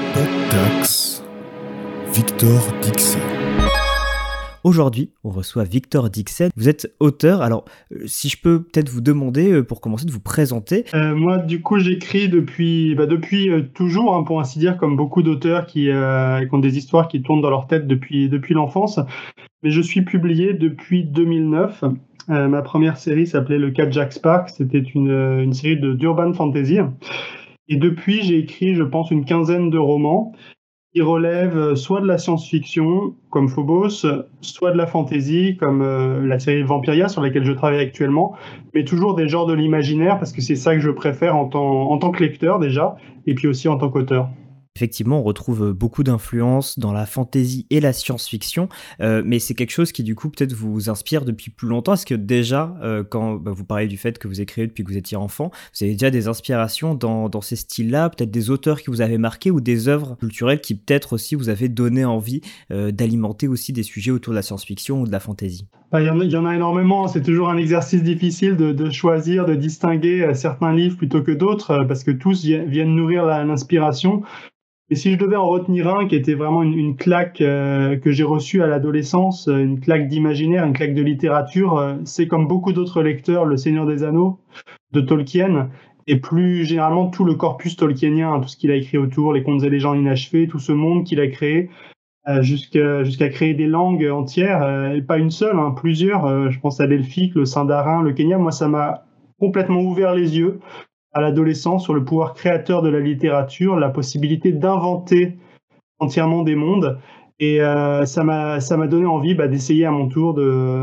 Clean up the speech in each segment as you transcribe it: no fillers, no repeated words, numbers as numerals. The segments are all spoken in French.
Podtax, Victor Dixet. Aujourd'hui, on reçoit Victor Dixet. Vous êtes auteur. Alors, si je peux peut-être vous demander, pour commencer, de vous présenter. Moi, du coup, j'écris depuis toujours, hein, pour ainsi dire, comme beaucoup d'auteurs qui ont des histoires qui tournent dans leur tête depuis l'enfance. Mais je suis publié depuis 2009. Ma première série s'appelait Le cas de Jack Spark. C'était une série d'urban fantasy. Et depuis, j'ai écrit, je pense, une quinzaine de romans qui relèvent soit de la science-fiction, comme Phobos, soit de la fantasy, comme la série Vampiria, sur laquelle je travaille actuellement, mais toujours des genres de l'imaginaire, parce que c'est ça que je préfère en tant que lecteur déjà, et puis aussi en tant qu'auteur. Effectivement, on retrouve beaucoup d'influences dans la fantasy et la science-fiction, mais c'est quelque chose qui, du coup, peut-être vous inspire depuis plus longtemps. Est-ce que déjà, quand vous parlez du fait que vous écrivez depuis que vous étiez enfant, vous avez déjà des inspirations dans ces styles-là, peut-être des auteurs qui vous avaient marqué ou des œuvres culturelles qui, peut-être aussi, vous avaient donné envie d'alimenter aussi des sujets autour de la science-fiction ou de la fantasy? Il y en a énormément. C'est toujours un exercice difficile de choisir, de distinguer certains livres plutôt que d'autres, parce que tous viennent nourrir l'inspiration. Et si je devais en retenir un qui était vraiment une claque que j'ai reçue à l'adolescence, une claque d'imaginaire, une claque de littérature, c'est comme beaucoup d'autres lecteurs, Le Seigneur des Anneaux de Tolkien, et plus généralement tout le corpus tolkienien, hein, tout ce qu'il a écrit autour, les contes et légendes inachevés, tout ce monde qu'il a créé, jusqu'à créer des langues entières, et pas une seule, hein, plusieurs. Je pense à l'elfique, le sindarin, le kenya. Moi, ça m'a complètement ouvert les yeux à l'adolescence sur le pouvoir créateur de la littérature, la possibilité d'inventer entièrement des mondes. Et ça m'a donné envie d'essayer à mon tour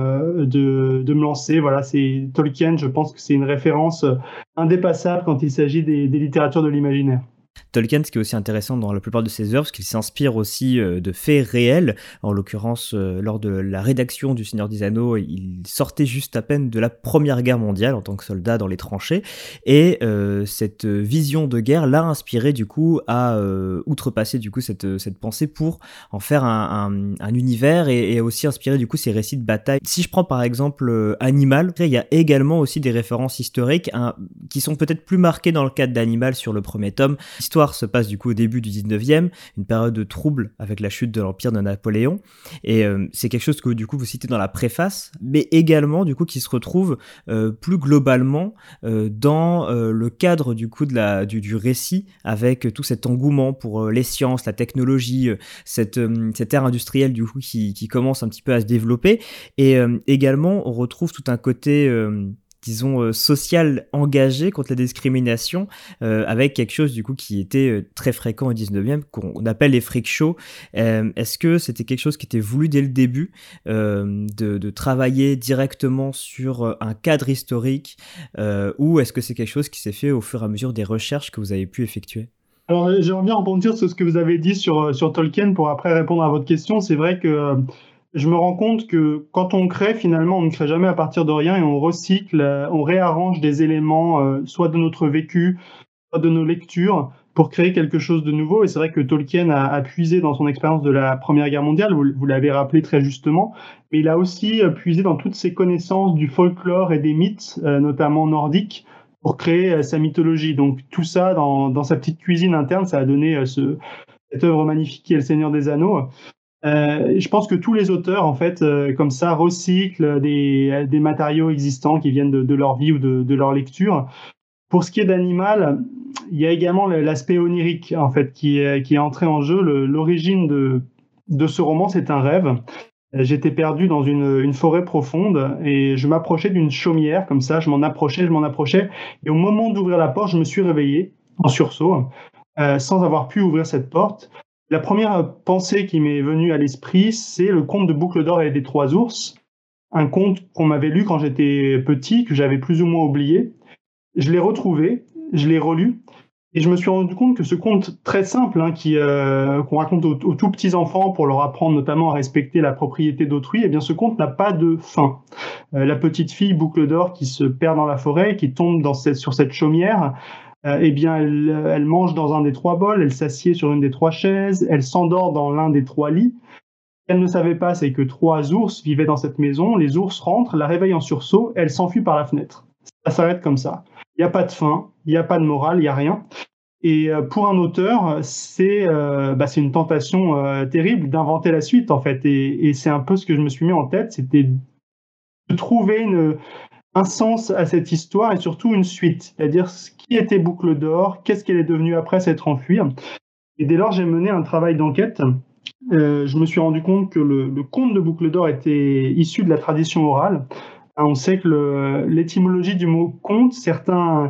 de me lancer. Voilà, c'est Tolkien, je pense que c'est une référence indépassable quand il s'agit des littératures de l'imaginaire. Tolkien, ce qui est aussi intéressant dans la plupart de ses œuvres, c'est qu'il s'inspire aussi de faits réels. En l'occurrence, lors de la rédaction du Seigneur des Anneaux, il sortait juste à peine de la Première Guerre mondiale en tant que soldat dans les tranchées. Et cette vision de guerre l'a inspiré du coup à outrepasser du coup cette pensée pour en faire un univers et aussi inspirer du coup ses récits de bataille. Si je prends par exemple Animal, il y a également aussi des références historiques qui sont peut-être plus marquées dans le cadre d'Animal sur le premier tome. L'histoire se passe du coup au début du 19e, une période de trouble avec la chute de l'empire de Napoléon, et c'est quelque chose que du coup vous citez dans la préface, mais également du coup qui se retrouve plus globalement dans le cadre du coup du récit, avec tout cet engouement pour les sciences, la technologie, cette ère industrielle du coup qui commence un petit peu à se développer, et également on retrouve tout un côté disons, social engagé contre la discrimination, avec quelque chose du coup qui était très fréquent au 19e, qu'on appelle les freak shows. Est-ce que c'était quelque chose qui était voulu dès le début, de travailler directement sur un cadre historique, ou est-ce que c'est quelque chose qui s'est fait au fur et à mesure des recherches que vous avez pu effectuer? Alors, j'aimerais bien rebondir sur ce que vous avez dit sur Tolkien pour après répondre à votre question. C'est vrai que je me rends compte que quand on crée, finalement, on ne crée jamais à partir de rien et on recycle, on réarrange des éléments, soit de notre vécu, soit de nos lectures, pour créer quelque chose de nouveau. Et c'est vrai que Tolkien a puisé dans son expérience de la Première Guerre mondiale, vous l'avez rappelé très justement, mais il a aussi puisé dans toutes ses connaissances du folklore et des mythes, notamment nordiques, pour créer sa mythologie. Donc tout ça, dans sa petite cuisine interne, ça a donné cette œuvre magnifique qui est Le Seigneur des Anneaux. Je pense que tous les auteurs, en fait, comme ça, recyclent des matériaux existants qui viennent de leur vie ou de leur lecture. Pour ce qui est d'Animal, il y a également l'aspect onirique, en fait, qui est entré en jeu. L'origine de ce roman, c'est un rêve. J'étais perdu dans une forêt profonde et je m'approchais d'une chaumière, comme ça, je m'en approchais. Et au moment d'ouvrir la porte, je me suis réveillé en sursaut, sans avoir pu ouvrir cette porte. La première pensée qui m'est venue à l'esprit, c'est le conte de Boucle d'Or et des Trois Ours, un conte qu'on m'avait lu quand j'étais petit, que j'avais plus ou moins oublié. Je l'ai retrouvé, je l'ai relu, et je me suis rendu compte que ce conte très simple, hein, qu'on raconte aux tout petits enfants pour leur apprendre notamment à respecter la propriété d'autrui, eh bien ce conte n'a pas de fin. La petite fille Boucle d'Or qui se perd dans la forêt, qui tombe sur cette chaumière, eh bien, elle mange dans un des trois bols, elle s'assied sur une des trois chaises, elle s'endort dans l'un des trois lits. Ce qu'elle ne savait pas, c'est que trois ours vivaient dans cette maison. Les ours rentrent, la réveillent en sursaut, elle s'enfuit par la fenêtre. Ça s'arrête comme ça. Il n'y a pas de fin, il n'y a pas de morale, il n'y a rien. Et pour un auteur, c'est une tentation terrible d'inventer la suite, en fait. Et c'est un peu ce que je me suis mis en tête, c'était de trouver un sens à cette histoire et surtout une suite. C'est-à-dire, qui était Boucle d'Or, qu'est-ce qu'elle est devenue après s'être enfuie. Et dès lors, j'ai mené un travail d'enquête. Je me suis rendu compte que le conte de Boucle d'Or était issu de la tradition orale. On sait que l'étymologie du mot conte, certains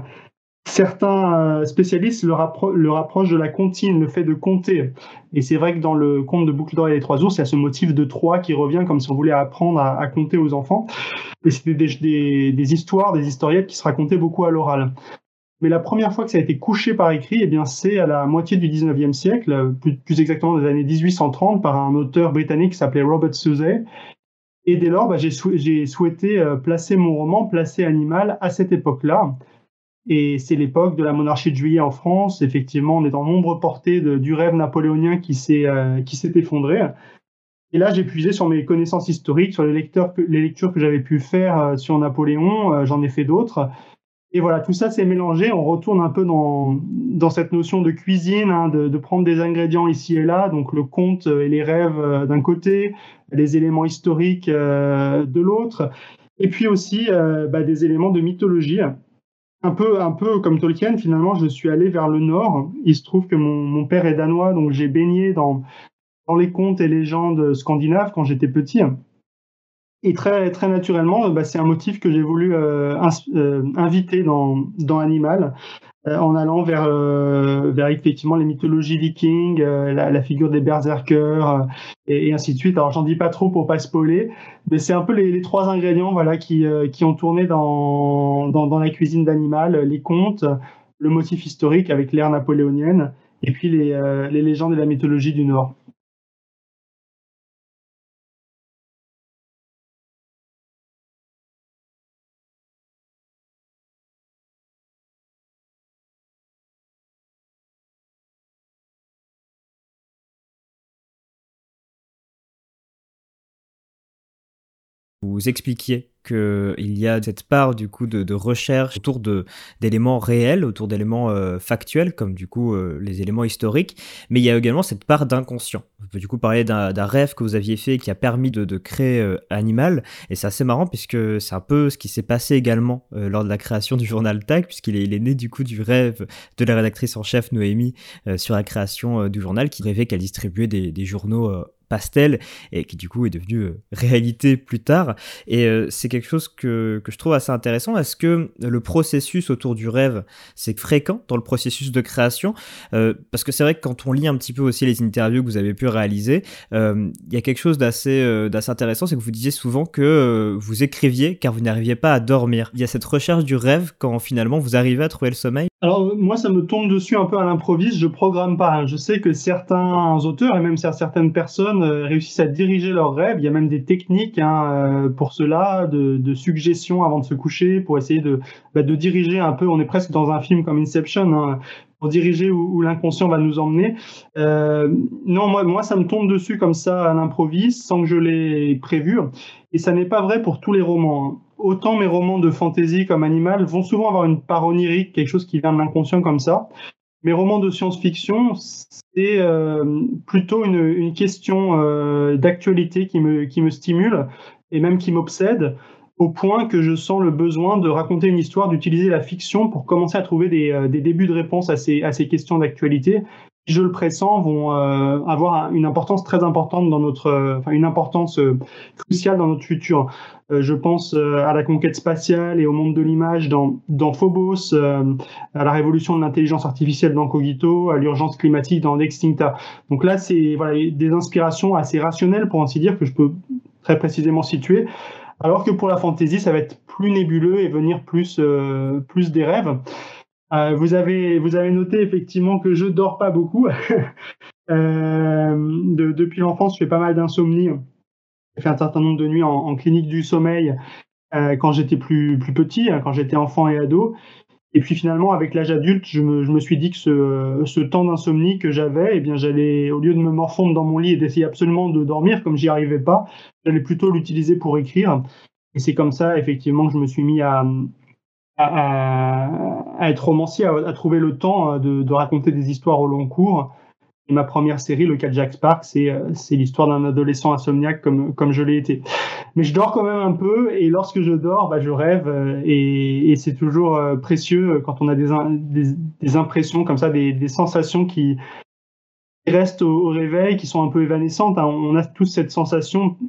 spécialistes le rapprochent de la comptine, le fait de compter. Et c'est vrai que dans le conte de Boucle d'Or et les Trois Ours, il y a ce motif de 3 qui revient comme si on voulait apprendre à compter aux enfants. Et c'était des histoires, des historiettes qui se racontaient beaucoup à l'oral. Mais la première fois que ça a été couché par écrit, eh bien, c'est à la moitié du 19e siècle, plus exactement des années 1830, par un auteur britannique qui s'appelait Robert Southey. Et dès lors, j'ai souhaité placer mon roman, placer Animal, à cette époque-là. Et c'est l'époque de la monarchie de Juillet en France. Effectivement, on est dans l'ombre portée du rêve napoléonien qui s'est effondré. Et là, j'ai puisé sur mes connaissances historiques, sur les lectures que j'avais pu faire sur Napoléon. J'en ai fait d'autres. Et voilà, tout ça s'est mélangé. On retourne un peu dans cette notion de cuisine, hein, de prendre des ingrédients ici et là, donc le conte et les rêves d'un côté, les éléments historiques de l'autre, et puis aussi des éléments de mythologie. Un peu comme Tolkien, finalement, je suis allé vers le nord. Il se trouve que mon père est danois, donc j'ai baigné dans les contes et légendes scandinaves quand j'étais petit. Et très, très naturellement, c'est un motif que j'ai voulu inviter dans Animal, en allant vers effectivement les mythologies vikings, la figure des berserkers, et ainsi de suite. Alors, j'en dis pas trop pour pas spoiler, mais c'est un peu les trois ingrédients voilà, qui ont tourné dans la cuisine d'Animal, les contes, le motif historique avec l'ère napoléonienne, et puis les légendes et la mythologie du Nord. Vous expliquiez qu'il y a cette part du coup de recherche autour d'éléments réels, autour d'éléments factuels, comme du coup les éléments historiques, mais il y a également cette part d'inconscient. On peut du coup parler d'un rêve que vous aviez fait qui a permis de créer Animal, et c'est assez marrant puisque c'est un peu ce qui s'est passé également lors de la création du journal TAC, il est né du coup du rêve de la rédactrice en chef Noémie sur la création du journal, qui rêvait qu'elle distribuait des journaux pastel, et qui du coup est devenu réalité plus tard. Et c'est quelque chose que je trouve assez intéressant. Est-ce que le processus autour du rêve, c'est fréquent dans le processus de création, parce que c'est vrai que quand on lit un petit peu aussi les interviews que vous avez pu réaliser, il y a quelque chose d'assez intéressant, c'est que vous disiez souvent que vous écriviez car vous n'arriviez pas à dormir. Il y a cette recherche du rêve quand finalement vous arrivez à trouver le sommeil. Alors moi, ça me tombe dessus un peu à l'improviste, je programme pas, hein. Je sais que certains auteurs et même certaines personnes réussissent à diriger leurs rêves. Il y a même des techniques pour cela, de suggestions avant de se coucher, pour essayer de diriger un peu. On est presque dans un film comme Inception, hein, pour diriger où l'inconscient va nous emmener. Non, moi, ça me tombe dessus comme ça à l'improviste, sans que je l'ai prévu. Et ça n'est pas vrai pour tous les romans, hein. Autant mes romans de fantasy comme Animal vont souvent avoir une part onirique, quelque chose qui vient de l'inconscient comme ça. Mes romans de science-fiction, c'est plutôt une question d'actualité qui me stimule et même qui m'obsède, au point que je sens le besoin de raconter une histoire, d'utiliser la fiction pour commencer à trouver des débuts de réponse à ces questions d'actualité, qui, je le pressens, vont avoir une importance très importante une importance cruciale dans notre futur. Je pense à la conquête spatiale et au monde de l'image dans Phobos, à la révolution de l'intelligence artificielle dans Cogito, à l'urgence climatique dans Extincta. Donc là, c'est des inspirations assez rationnelles, pour ainsi dire, que je peux très précisément situer. Alors que pour la fantasy, ça va être plus nébuleux et venir plus des rêves. Vous avez noté effectivement que je dors pas beaucoup. Depuis l'enfance, je fais pas mal d'insomnie. J'ai fait un certain nombre de nuits en clinique du sommeil quand j'étais plus petit, quand j'étais enfant et ado. Et puis finalement, avec l'âge adulte, je me suis dit que ce temps d'insomnie que j'avais, eh bien, j'allais, au lieu de me morfondre dans mon lit et d'essayer absolument de dormir, comme j'y arrivais pas, j'allais plutôt l'utiliser pour écrire. Et c'est comme ça, effectivement, que je me suis mis à à être romancier, à trouver le temps de raconter des histoires au long cours. Et ma première série, Le cas de Jack Spark, c'est l'histoire d'un adolescent insomniaque comme je l'ai été. Mais je dors quand même un peu, et lorsque je dors, je rêve, et c'est toujours précieux quand on a des impressions comme ça, des sensations qui restent au réveil, qui sont un peu évanescentes. Hein. On a tous cette sensation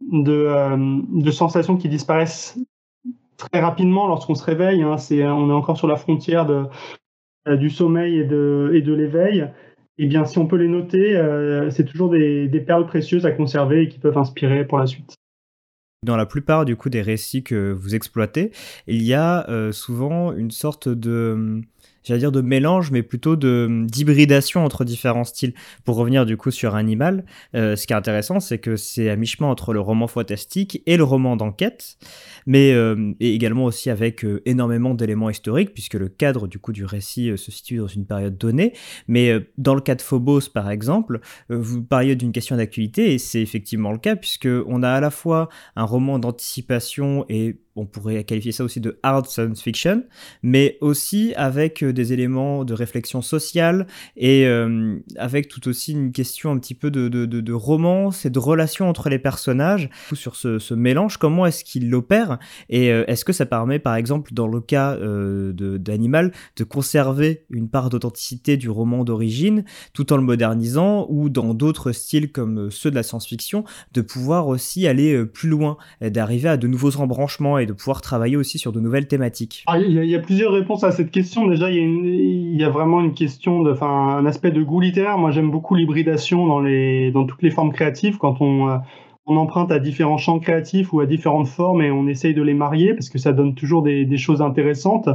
de sensations qui disparaissent très rapidement lorsqu'on se réveille. Hein. On est encore sur la frontière du sommeil et de l'éveil. Eh bien, si on peut les noter, c'est toujours des perles précieuses à conserver et qui peuvent inspirer pour la suite. Dans la plupart du coup des récits que vous exploitez, il y a souvent une sorte de, j'allais dire de mélange, mais plutôt d'hybridation entre différents styles. Pour revenir du coup sur Animal, ce qui est intéressant, c'est que c'est à mi-chemin entre le roman fantastique et le roman d'enquête, mais et également aussi avec énormément d'éléments historiques, puisque le cadre du coup du récit se situe dans une période donnée. Mais dans le cas de Phobos, par exemple, vous parliez d'une question d'actualité, et c'est effectivement le cas, puisque on a à la fois un roman d'anticipation, et on pourrait qualifier ça aussi de hard science fiction, mais aussi avec des éléments de réflexion sociale, et avec tout aussi une question un petit peu de romance et de relation entre les personnages. Sur ce mélange, comment est-ce qu'il l'opère, et est-ce que ça permet par exemple dans le cas d'Animal de conserver une part d'authenticité du roman d'origine tout en le modernisant, ou dans d'autres styles comme ceux de la science-fiction de pouvoir aussi aller plus loin, d'arriver à de nouveaux embranchements et de pouvoir travailler aussi sur de nouvelles thématiques? Il y a plusieurs réponses à cette question. Déjà, il y a vraiment une question un aspect de goût littéraire. Moi, j'aime beaucoup l'hybridation dans toutes les formes créatives, quand on emprunte à différents champs créatifs ou à différentes formes et on essaye de les marier, parce que ça donne toujours des choses intéressantes.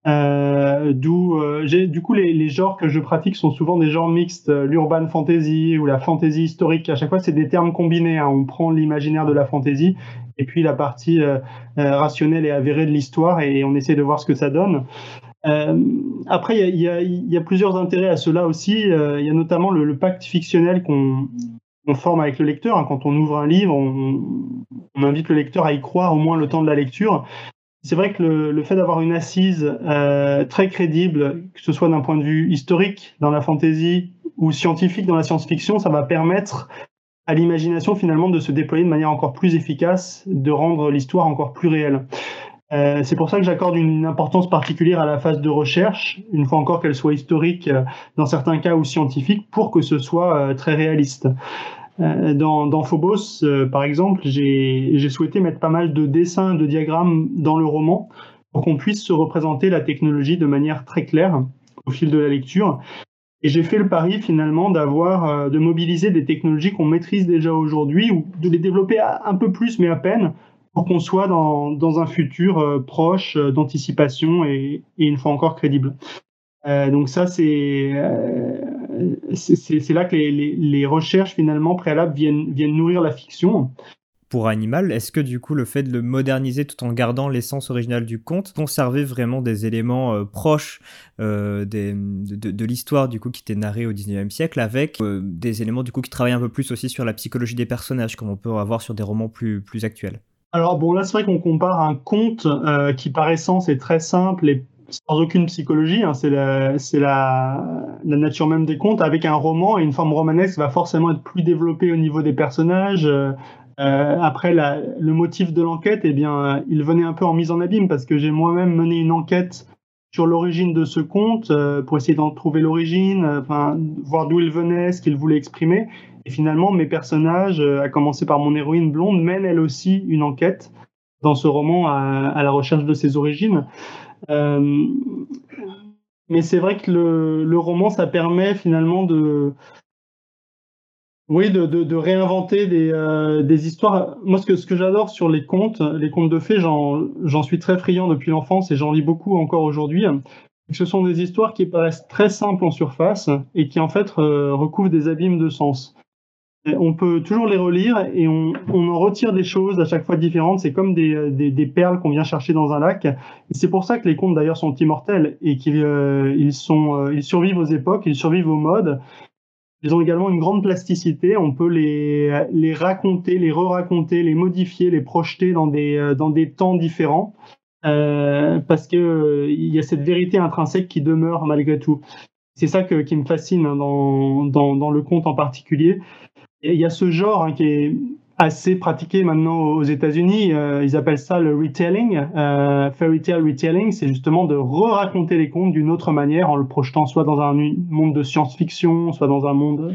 Du coup, les genres que je pratique sont souvent des genres mixtes, l'urban fantasy ou la fantasy historique. À chaque fois, c'est des termes combinés. Hein. On prend l'imaginaire de la fantasy et puis la partie rationnelle et avérée de l'histoire, et on essaie de voir ce que ça donne. Après, il y a plusieurs intérêts à cela aussi. Il y a notamment le pacte fictionnel qu'on forme avec le lecteur. Hein. Quand on ouvre un livre, on invite le lecteur à y croire au moins le temps de la lecture. C'est vrai que le fait d'avoir une assise très crédible, que ce soit d'un point de vue historique dans la fantasy ou scientifique dans la science-fiction, ça va permettre à l'imagination finalement de se déployer de manière encore plus efficace, de rendre l'histoire encore plus réelle. C'est pour ça que j'accorde une importance particulière à la phase de recherche, une fois encore qu'elle soit historique dans certains cas, ou scientifique, pour que ce soit très réaliste. Dans Phobos, par exemple, j'ai souhaité mettre pas mal de dessins, de diagrammes dans le roman pour qu'on puisse se représenter la technologie de manière très claire au fil de la lecture. Et j'ai fait le pari finalement de mobiliser des technologies qu'on maîtrise déjà aujourd'hui, ou de les développer un peu plus, mais à peine, pour qu'on soit dans un futur proche d'anticipation et une fois encore crédible. Donc ça, c'est là que les recherches finalement préalables viennent nourrir la fiction. Pour Animal, est-ce que du coup le fait de le moderniser tout en gardant l'essence originale du conte, conserver vraiment des éléments proches de l'histoire du coup qui était narrée au 19e siècle, avec des éléments du coup qui travaillent un peu plus aussi sur la psychologie des personnages, comme on peut avoir sur des romans plus actuels? Alors bon, là c'est vrai qu'on compare un conte qui par essence est très simple et sans aucune psychologie, hein, c'est la nature même des contes, avec un roman, et une forme romanesque va forcément être plus développée au niveau des personnages. Après, le motif de l'enquête, eh bien, il venait un peu en mise en abîme, parce que j'ai moi-même mené une enquête sur l'origine de ce conte, pour essayer d'en trouver l'origine, voir d'où il venait, ce qu'il voulait exprimer. Et finalement, mes personnages, à commencer par mon héroïne blonde, mènent elle aussi une enquête dans ce roman à la recherche de ses origines. Mais c'est vrai que le roman, ça permet finalement de réinventer des histoires. Moi, ce que j'adore sur les contes de fées, j'en suis très friand depuis l'enfance et j'en lis beaucoup encore aujourd'hui. Ce sont des histoires qui paraissent très simples en surface et qui en fait recouvrent des abîmes de sens. Et on peut toujours les relire et on en retire des choses à chaque fois différentes. C'est comme des perles qu'on vient chercher dans un lac. Et c'est pour ça que les contes d'ailleurs sont immortels et ils survivent aux époques, ils survivent aux modes. Ils ont également une grande plasticité. On peut les raconter, les re-raconter, les modifier, les projeter dans des temps différents. parce que il y a cette vérité intrinsèque qui demeure malgré tout. C'est ça qui me fascine, hein, dans le conte en particulier. Et il y a ce genre, hein, qui est assez pratiqué maintenant aux États-Unis. Ils appellent ça le retelling, fairy tale retelling. C'est justement de re-raconter les contes d'une autre manière en le projetant soit dans un monde de science-fiction, soit dans un monde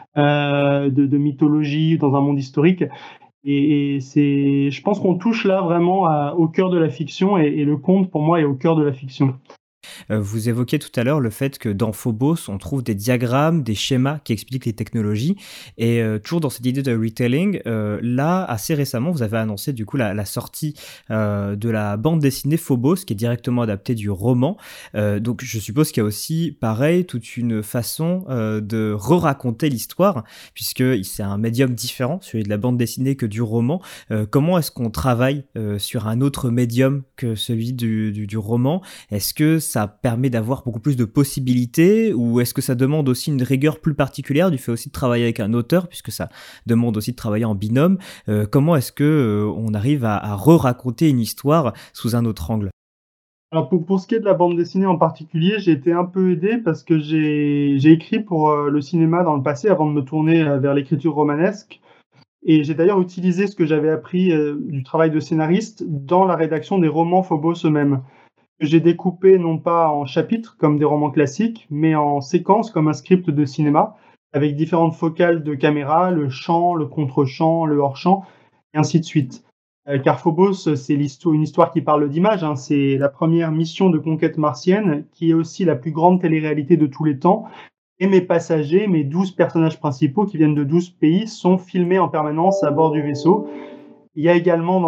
de mythologie, dans un monde historique. Et je pense qu'on touche là vraiment au cœur de la fiction, et le conte pour moi est au cœur de la fiction. Vous évoquiez tout à l'heure le fait que dans Phobos, on trouve des diagrammes, des schémas qui expliquent les technologies. Et toujours dans cette idée de retelling, là, assez récemment, vous avez annoncé du coup la sortie de la bande dessinée Phobos, qui est directement adaptée du roman. Donc je suppose qu'il y a aussi, pareil, toute une façon de re-raconter l'histoire, puisque c'est un médium différent, celui de la bande dessinée, que du roman. Comment est-ce qu'on travaille sur un autre médium que celui du roman? Est-ce que ça permet d'avoir beaucoup plus de possibilités, ou est-ce que ça demande aussi une rigueur plus particulière du fait aussi de travailler avec un auteur, puisque ça demande aussi de travailler en binôme? Comment est-ce que on arrive à re-raconter une histoire sous un autre angle? Alors pour ce qui est de la bande dessinée en particulier, j'ai été un peu aidé parce que j'ai écrit pour le cinéma dans le passé avant de me tourner vers l'écriture romanesque. Et j'ai d'ailleurs utilisé ce que j'avais appris du travail de scénariste dans la rédaction des romans Phobos eux-mêmes, que j'ai découpé non pas en chapitres comme des romans classiques, mais en séquences comme un script de cinéma, avec différentes focales de caméra, le champ, le contre-champ, le hors-champ, et ainsi de suite. Car Phobos, c'est une histoire qui parle d'image, hein. C'est la première mission de conquête martienne, qui est aussi la plus grande télé-réalité de tous les temps. Et mes passagers, mes 12 personnages principaux qui viennent de 12 pays, sont filmés en permanence à bord du vaisseau. Il y a également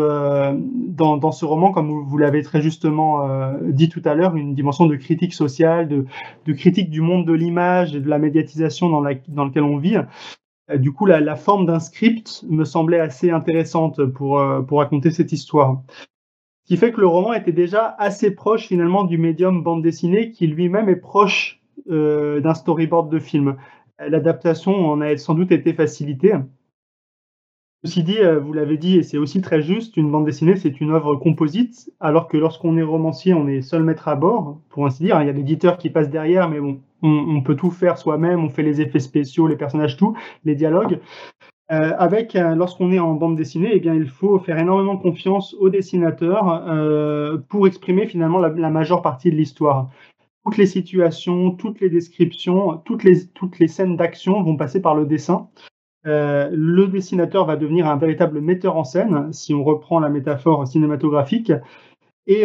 dans ce roman, comme vous l'avez très justement dit tout à l'heure, une dimension de critique sociale, de critique du monde de l'image et de la médiatisation dans lequel on vit. Du coup, la forme d'un script me semblait assez intéressante pour raconter cette histoire. Ce qui fait que le roman était déjà assez proche finalement du médium bande dessinée, qui lui-même est proche d'un storyboard de film. L'adaptation en a sans doute été facilitée. Ceci dit, vous l'avez dit, et c'est aussi très juste, une bande dessinée, c'est une œuvre composite, alors que lorsqu'on est romancier, on est seul maître à bord, pour ainsi dire. Il y a l'éditeur qui passe derrière, mais bon, on peut tout faire soi-même, on fait les effets spéciaux, les personnages, tout, les dialogues. Lorsqu'on est en bande dessinée, eh bien, il faut faire énormément confiance au dessinateur pour exprimer finalement la majeure partie de l'histoire. Toutes les situations, toutes les descriptions, toutes les scènes d'action vont passer par le dessin. Le dessinateur va devenir un véritable metteur en scène, si on reprend la métaphore cinématographique, et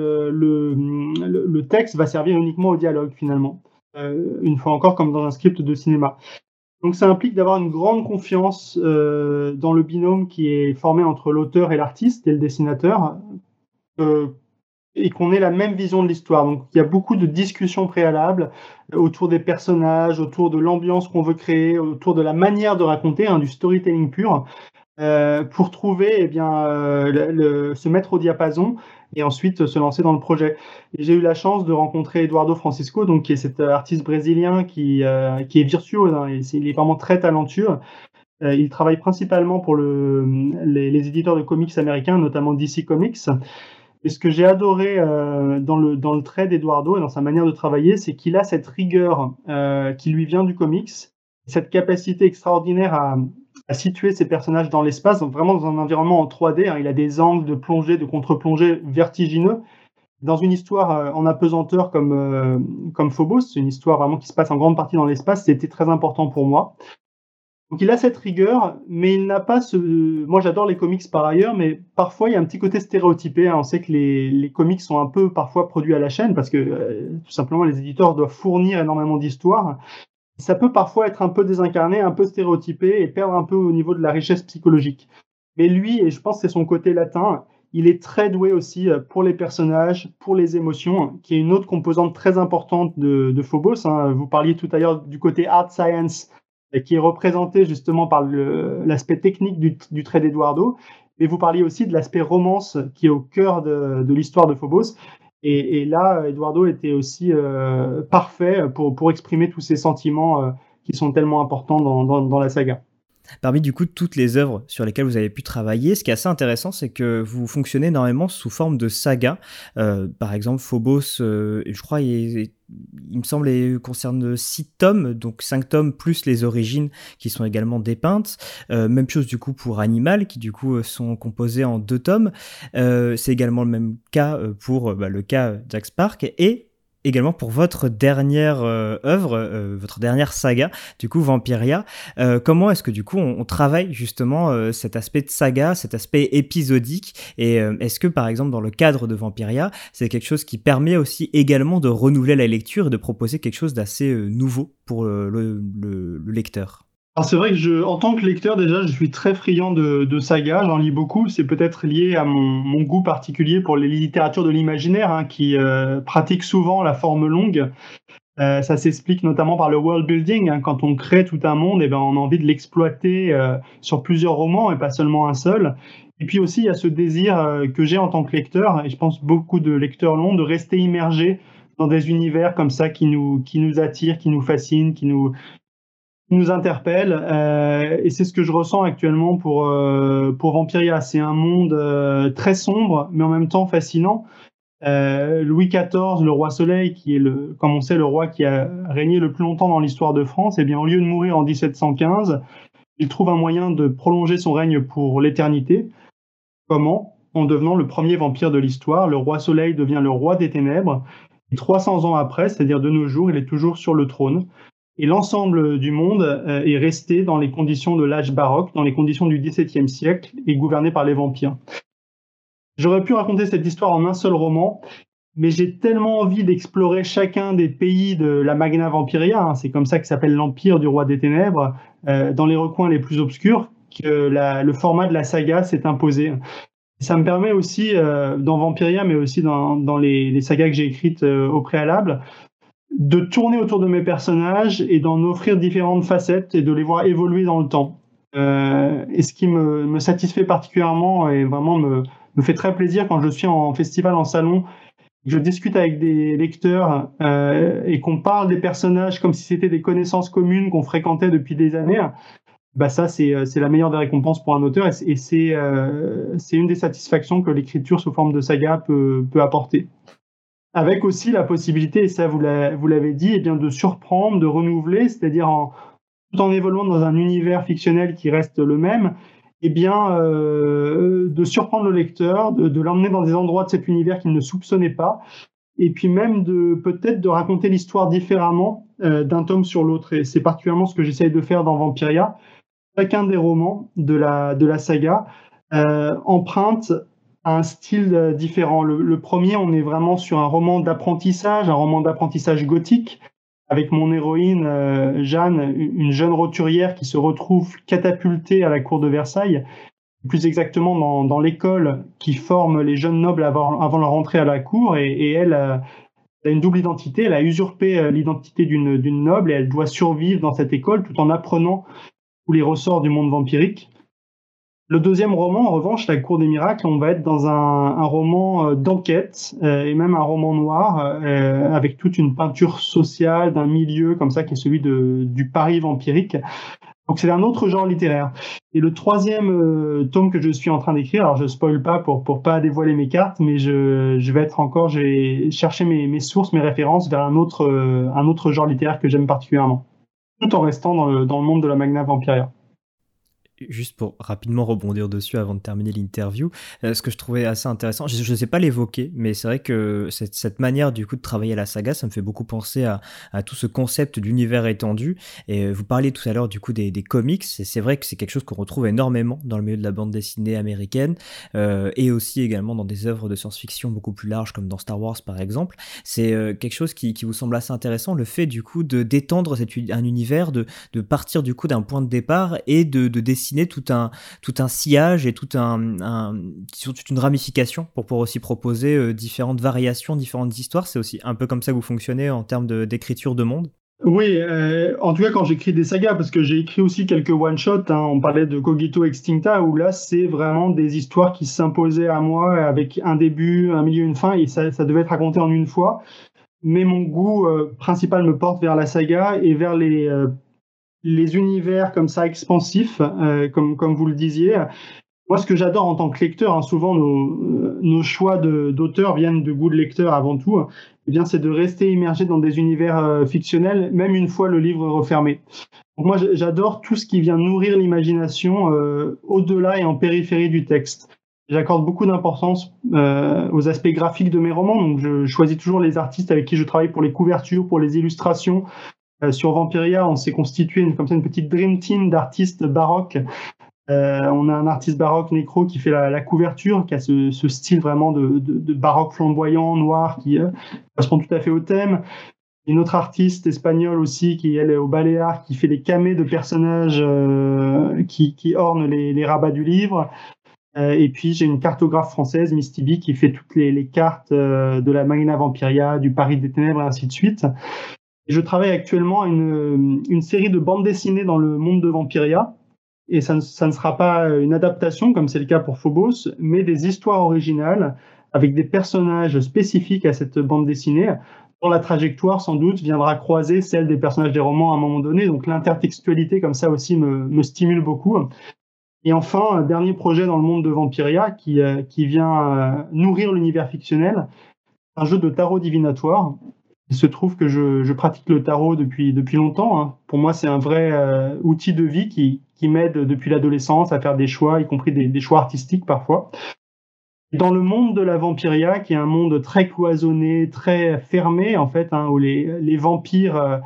le texte va servir uniquement au dialogue finalement, une fois encore comme dans un script de cinéma. Donc ça implique d'avoir une grande confiance dans le binôme qui est formé entre l'auteur et l'artiste et le dessinateur, et qu'on ait la même vision de l'histoire. Donc il y a beaucoup de discussions préalables autour des personnages, autour de l'ambiance qu'on veut créer, autour de la manière de raconter, hein, du storytelling pur, pour trouver, eh bien, se mettre au diapason et ensuite se lancer dans le projet. Et j'ai eu la chance de rencontrer Eduardo Francisco, donc, qui est cet artiste brésilien qui est virtuose, hein, il est vraiment très talentueux. Il travaille principalement pour les éditeurs de comics américains, notamment DC Comics. Et ce que j'ai adoré dans le trait d'Eduardo et dans sa manière de travailler, c'est qu'il a cette rigueur qui lui vient du comics, cette capacité extraordinaire à situer ses personnages dans l'espace, donc vraiment dans un environnement en 3D. Hein. Il a des angles de plongée, de contre-plongée vertigineux. Dans une histoire en apesanteur comme Phobos, c'est une histoire vraiment qui se passe en grande partie dans l'espace, c'était très important pour moi. Donc il a cette rigueur, mais il n'a pas ce... Moi j'adore les comics par ailleurs, mais parfois il y a un petit côté stéréotypé, hein. On sait que les comics sont un peu parfois produits à la chaîne, parce que tout simplement les éditeurs doivent fournir énormément d'histoires. Ça peut parfois être un peu désincarné, un peu stéréotypé, et perdre un peu au niveau de la richesse psychologique. Mais lui, et je pense que c'est son côté latin, il est très doué aussi pour les personnages, pour les émotions, qui est une autre composante très importante de Phobos, hein. Vous parliez tout à l'heure du côté art science, qui est représenté justement par l'aspect technique du trait d'Eduardo. Et vous parliez aussi de l'aspect romance qui est au cœur de l'histoire de Phobos. Et là, Eduardo était aussi parfait pour exprimer tous ces sentiments qui sont tellement importants dans la saga. Parmi du coup toutes les œuvres sur lesquelles vous avez pu travailler, ce qui est assez intéressant, c'est que vous fonctionnez énormément sous forme de saga. Par exemple, Phobos, je crois, il me semble, concerne 6 tomes, donc 5 tomes plus les origines qui sont également dépeintes. Même chose du coup pour Animal, qui du coup sont composés en 2 tomes. C'est également le même cas pour le cas Jack Spark et également pour votre dernière œuvre, votre dernière saga, du coup Vampiria. Comment est-ce que du coup on travaille justement cet aspect de saga, cet aspect épisodique et est-ce que par exemple dans le cadre de Vampiria, c'est quelque chose qui permet aussi également de renouveler la lecture et de proposer quelque chose d'assez nouveau pour le lecteur? Alors c'est vrai que en tant que lecteur déjà, je suis très friand de sagas, j'en lis beaucoup. C'est peut-être lié à mon goût particulier pour les littératures de l'imaginaire, hein, qui pratiquent souvent la forme longue. Ça s'explique notamment par le world building, hein. Quand on crée tout un monde, et ben on a envie de l'exploiter sur plusieurs romans et pas seulement un seul. Et puis aussi, il y a ce désir que j'ai en tant que lecteur, et je pense beaucoup de lecteurs l'ont, de rester immergé dans des univers comme ça qui nous attirent, qui nous fascinent, qui nous interpelle, et c'est ce que je ressens actuellement pour Vampiria. C'est un monde très sombre, mais en même temps fascinant. Louis XIV, le roi Soleil, qui est comme on sait, le roi qui a régné le plus longtemps dans l'histoire de France, eh bien, au lieu de mourir en 1715, il trouve un moyen de prolonger son règne pour l'éternité. Comment? En devenant le premier vampire de l'histoire. Le roi Soleil devient le roi des ténèbres. Et 300 ans après, c'est-à-dire de nos jours, il est toujours sur le trône. Et l'ensemble du monde est resté dans les conditions de l'âge baroque, dans les conditions du XVIIe siècle, et gouverné par les vampires. J'aurais pu raconter cette histoire en un seul roman, mais j'ai tellement envie d'explorer chacun des pays de la Magna Vampiria, hein, c'est comme ça que s'appelle l'Empire du Roi des Ténèbres, dans les recoins les plus obscurs, que le format de la saga s'est imposé. Ça me permet aussi, dans Vampiria, mais aussi dans les sagas que j'ai écrites au préalable, de tourner autour de mes personnages et d'en offrir différentes facettes et de les voir évoluer dans le temps. Et ce qui me satisfait particulièrement et vraiment me fait très plaisir quand je suis en festival, en salon, que je discute avec des lecteurs et qu'on parle des personnages comme si c'était des connaissances communes qu'on fréquentait depuis des années. Bah ça, c'est la meilleure des récompenses pour un auteur et c'est une des satisfactions que l'écriture sous forme de saga peut apporter. Avec aussi la possibilité, et ça vous l'avez dit, eh bien de surprendre, de renouveler, c'est-à-dire tout en évoluant dans un univers fictionnel qui reste le même, eh bien de surprendre le lecteur, de l'emmener dans des endroits de cet univers qu'il ne soupçonnait pas, et puis même peut-être de raconter l'histoire différemment d'un tome sur l'autre. Et c'est particulièrement ce que j'essaye de faire dans Vampiria. Chacun des romans de la saga emprunte un style différent. Le premier, on est vraiment sur un roman d'apprentissage gothique, avec mon héroïne Jeanne, une jeune roturière qui se retrouve catapultée à la cour de Versailles, plus exactement dans l'école qui forme les jeunes nobles avant leur entrée à la cour, et elle a une double identité. Elle a usurpé l'identité d'une noble et elle doit survivre dans cette école tout en apprenant tous les ressorts du monde vampirique. Le deuxième roman, en revanche, La Cour des Miracles, on va être dans un roman d'enquête et même un roman noir avec toute une peinture sociale d'un milieu comme ça qui est celui du Paris vampirique. Donc c'est un autre genre littéraire. Et le troisième tome que je suis en train d'écrire, alors je spoil pas pour pas dévoiler mes cartes, mais je vais chercher mes sources, mes références vers un autre genre littéraire que j'aime particulièrement, tout en restant dans le monde de la Magna Vampiria. Juste pour rapidement rebondir dessus avant de terminer l'interview, ce que je trouvais assez intéressant, je ne sais pas l'évoquer, mais c'est vrai que cette manière du coup de travailler à la saga, ça me fait beaucoup penser à tout ce concept d'univers étendu. Et vous parliez tout à l'heure du coup des comics, et c'est vrai que c'est quelque chose qu'on retrouve énormément dans le milieu de la bande dessinée américaine, et aussi également dans des œuvres de science-fiction beaucoup plus larges comme dans Star Wars par exemple. C'est quelque chose qui vous semble assez intéressant, le fait du coup de d'étendre un univers, de partir du coup d'un point de départ et de dessiner tout un sillage et toute une ramification pour pouvoir aussi proposer différentes variations, différentes histoires. C'est aussi un peu comme ça que vous fonctionnez en termes d'écriture de monde? Oui, en tout cas quand j'écris des sagas, parce que j'ai écrit aussi quelques one-shots, hein, on parlait de Cogito Extincta, où là c'est vraiment des histoires qui s'imposaient à moi avec un début, un milieu, une fin, et ça devait être raconté en une fois. Mais mon goût principal me porte vers la saga et vers les les univers comme ça expansifs, comme vous le disiez. Moi, ce que j'adore en tant que lecteur, souvent nos choix d'auteurs viennent de goût de lecteur avant tout, eh bien, c'est de rester immergé dans des univers fictionnels, même une fois le livre refermé. Donc moi, j'adore tout ce qui vient nourrir l'imagination au-delà et en périphérie du texte. J'accorde beaucoup d'importance aux aspects graphiques de mes romans, donc je choisis toujours les artistes avec qui je travaille pour les couvertures, pour les illustrations. Sur Vampiria, on s'est constitué comme ça une petite dream team d'artistes baroques. On a un artiste baroque, Necro, qui fait la couverture, qui a ce style vraiment de baroque flamboyant, noir, qui correspond tout à fait au thème. Une autre artiste espagnole aussi, qui elle est au Baléares, qui fait des camées de personnages qui ornent les rabats du livre. Et puis j'ai une cartographe française, Misty B, qui fait toutes les cartes de la Magna Vampiria, du Paris des Ténèbres, et ainsi de suite. Et je travaille actuellement à une série de bandes dessinées dans le monde de Vampiria. Et ça ne sera pas une adaptation, comme c'est le cas pour Phobos, mais des histoires originales avec des personnages spécifiques à cette bande dessinée, dont la trajectoire, sans doute, viendra croiser celle des personnages des romans à un moment donné. Donc l'intertextualité, comme ça aussi, me stimule beaucoup. Et enfin, un dernier projet dans le monde de Vampiria qui vient nourrir l'univers fictionnel, un jeu de tarot divinatoire. Il se trouve que je pratique le tarot depuis longtemps. Pour moi, c'est un vrai outil de vie qui m'aide depuis l'adolescence à faire des choix, y compris des choix artistiques parfois. Dans le monde de la Vampiria, qui est un monde très cloisonné, très fermé, en fait, où les vampires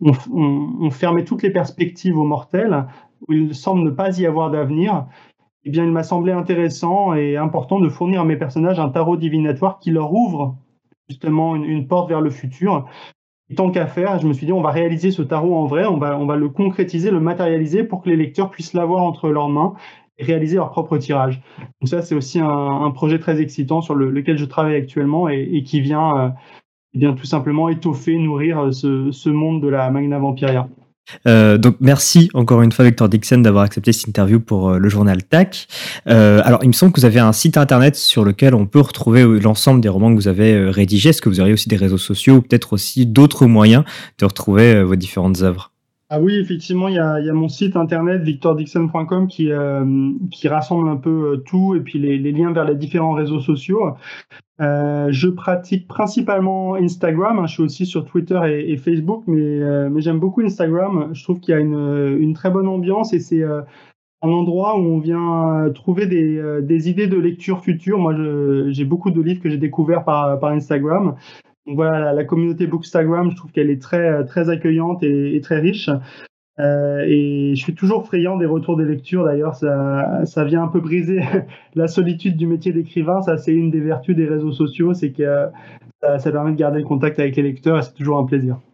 ont fermé toutes les perspectives aux mortels, où il semble ne pas y avoir d'avenir, eh bien, il m'a semblé intéressant et important de fournir à mes personnages un tarot divinatoire qui leur ouvre justement une porte vers le futur. Et tant qu'à faire, je me suis dit, on va réaliser ce tarot en vrai, on va le concrétiser, le matérialiser pour que les lecteurs puissent l'avoir entre leurs mains et réaliser leur propre tirage. Donc ça, c'est aussi un projet très excitant sur lequel je travaille actuellement et qui vient tout simplement étoffer, nourrir ce monde de la Magna Vampiria. Donc merci encore une fois Victor Dixon d'avoir accepté cette interview pour le journal TAC. Alors il me semble que vous avez un site internet sur lequel on peut retrouver l'ensemble des romans que vous avez rédigés. Est-ce que vous auriez aussi des réseaux sociaux ou peut-être aussi d'autres moyens de retrouver vos différentes œuvres? Ah oui, effectivement, il y a mon site internet victordixon.com qui rassemble un peu tout et puis les liens vers les différents réseaux sociaux. Je pratique principalement Instagram, je suis aussi sur Twitter et Facebook, mais j'aime beaucoup Instagram. Je trouve qu'il y a une très bonne ambiance et c'est un endroit où on vient trouver des idées de lecture future. Moi, j'ai beaucoup de livres que j'ai découverts par Instagram. Donc voilà, la communauté Bookstagram, je trouve qu'elle est très, très accueillante et très riche. Et je suis toujours friand des retours des lectures. D'ailleurs, ça vient un peu briser la solitude du métier d'écrivain. Ça, c'est une des vertus des réseaux sociaux, c'est que ça permet de garder le contact avec les lecteurs et c'est toujours un plaisir.